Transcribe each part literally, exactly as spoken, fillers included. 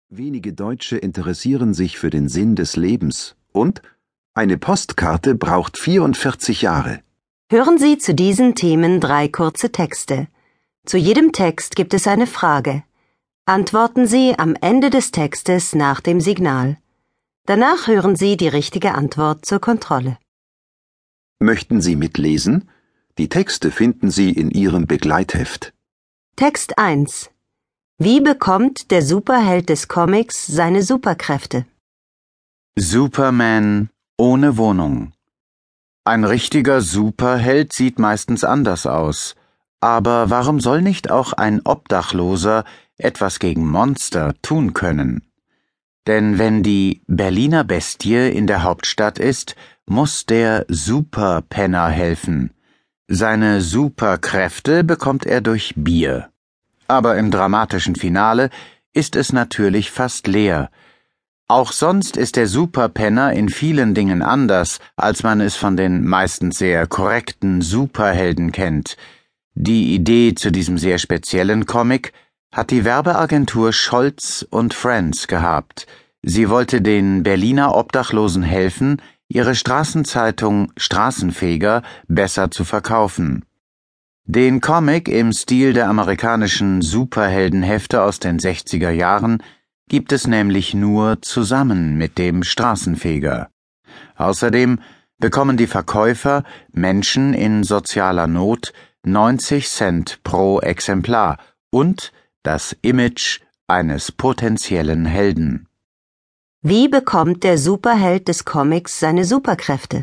Wenige Deutsche interessieren sich für den Sinn des Lebens und eine Postkarte braucht vierundvierzig Jahre. Hören Sie zu diesen Themen drei kurze Texte. Zu jedem Text gibt es eine Frage. Antworten Sie am Ende des Textes nach dem Signal. Danach hören Sie die richtige Antwort zur Kontrolle. Möchten Sie mitlesen? Die Texte finden Sie in Ihrem Begleitheft. Text eins. Wie bekommt der Superheld des Comics seine Superkräfte? Superman ohne Wohnung. Ein richtiger Superheld sieht meistens anders aus. Aber warum soll nicht auch ein Obdachloser etwas gegen Monster tun können? Denn wenn die Berliner Bestie in der Hauptstadt ist, muss der Superpenner helfen. Seine Superkräfte bekommt er durch Bier. Aber im dramatischen Finale ist es natürlich fast leer. Auch sonst ist der Superpenner in vielen Dingen anders, als man es von den meistens sehr korrekten Superhelden kennt. Die Idee zu diesem sehr speziellen Comic hat die Werbeagentur Scholz und Friends gehabt. Sie wollte den Berliner Obdachlosen helfen, ihre Straßenzeitung Straßenfeger besser zu verkaufen. Den Comic im Stil der amerikanischen Superheldenhefte aus den sechziger Jahren gibt es nämlich nur zusammen mit dem Straßenfeger. Außerdem bekommen die Verkäufer, Menschen in sozialer Not, neunzig Cent pro Exemplar und das Image eines potenziellen Helden. Wie bekommt der Superheld des Comics seine Superkräfte?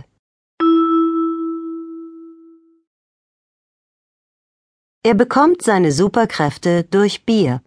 Er bekommt seine Superkräfte durch Bier.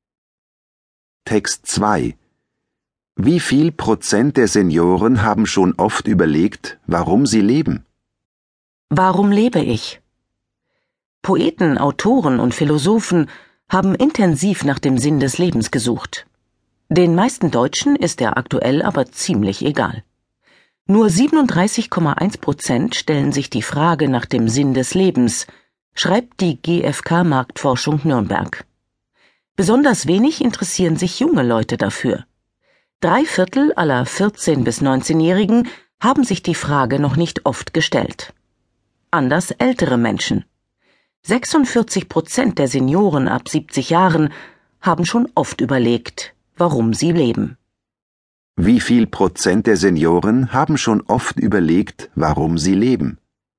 Text zwei. Wie viel Prozent der Senioren haben schon oft überlegt, warum sie leben? Warum lebe ich? Poeten, Autoren und Philosophen haben intensiv nach dem Sinn des Lebens gesucht. Den meisten Deutschen ist er aktuell aber ziemlich egal. Nur siebenunddreißig Komma eins Prozent stellen sich die Frage nach dem Sinn des Lebens, schreibt die G F K-Marktforschung Nürnberg. Besonders wenig interessieren sich junge Leute dafür. Drei Viertel aller vierzehn- bis neunzehnjährigen haben sich die Frage noch nicht oft gestellt. Anders ältere Menschen. sechsundvierzig Prozent der Senioren ab siebzig Jahren haben schon oft überlegt, warum sie leben. Wie viel Prozent der Senioren haben schon oft überlegt, warum sie leben?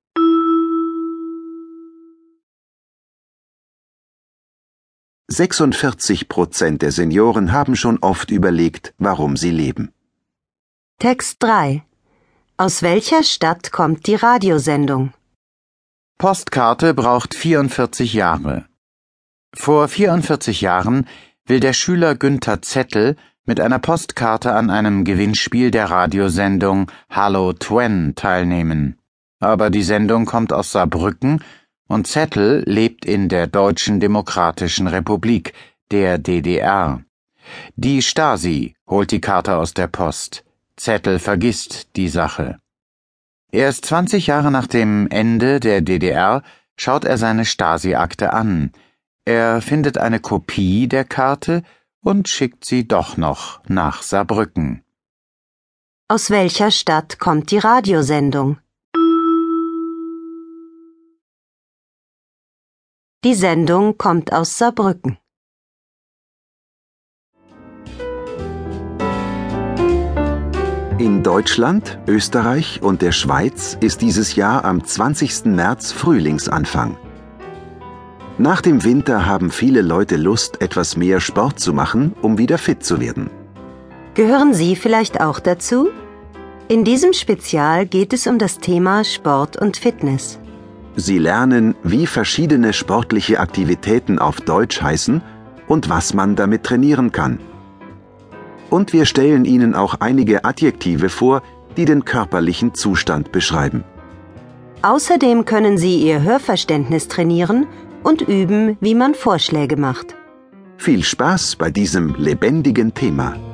sechsundvierzig Prozent der Senioren haben schon oft überlegt, warum sie leben. Text drei. Aus welcher Stadt kommt die Radiosendung? Postkarte braucht vierundvierzig Jahre. Vor vierundvierzig Jahren will der Schüler Günther Zettel mit einer Postkarte an einem Gewinnspiel der Radiosendung Hallo Twen teilnehmen. Aber die Sendung kommt aus Saarbrücken und Zettel lebt in der Deutschen Demokratischen Republik, der D D R. Die Stasi holt die Karte aus der Post. Zettel vergisst die Sache. Erst zwanzig Jahre nach dem Ende der D D R schaut er seine Stasi-Akte an. Er findet eine Kopie der Karte und schickt sie doch noch nach Saarbrücken. Aus welcher Stadt kommt die Radiosendung? Die Sendung kommt aus Saarbrücken. In Deutschland, Österreich und der Schweiz ist dieses Jahr am zwanzigsten März Frühlingsanfang. Nach dem Winter haben viele Leute Lust, etwas mehr Sport zu machen, um wieder fit zu werden. Gehören Sie vielleicht auch dazu? In diesem Spezial geht es um das Thema Sport und Fitness. Sie lernen, wie verschiedene sportliche Aktivitäten auf Deutsch heißen und was man damit trainieren kann. Und wir stellen Ihnen auch einige Adjektive vor, die den körperlichen Zustand beschreiben. Außerdem können Sie Ihr Hörverständnis trainieren und üben, wie man Vorschläge macht. Viel Spaß bei diesem lebendigen Thema.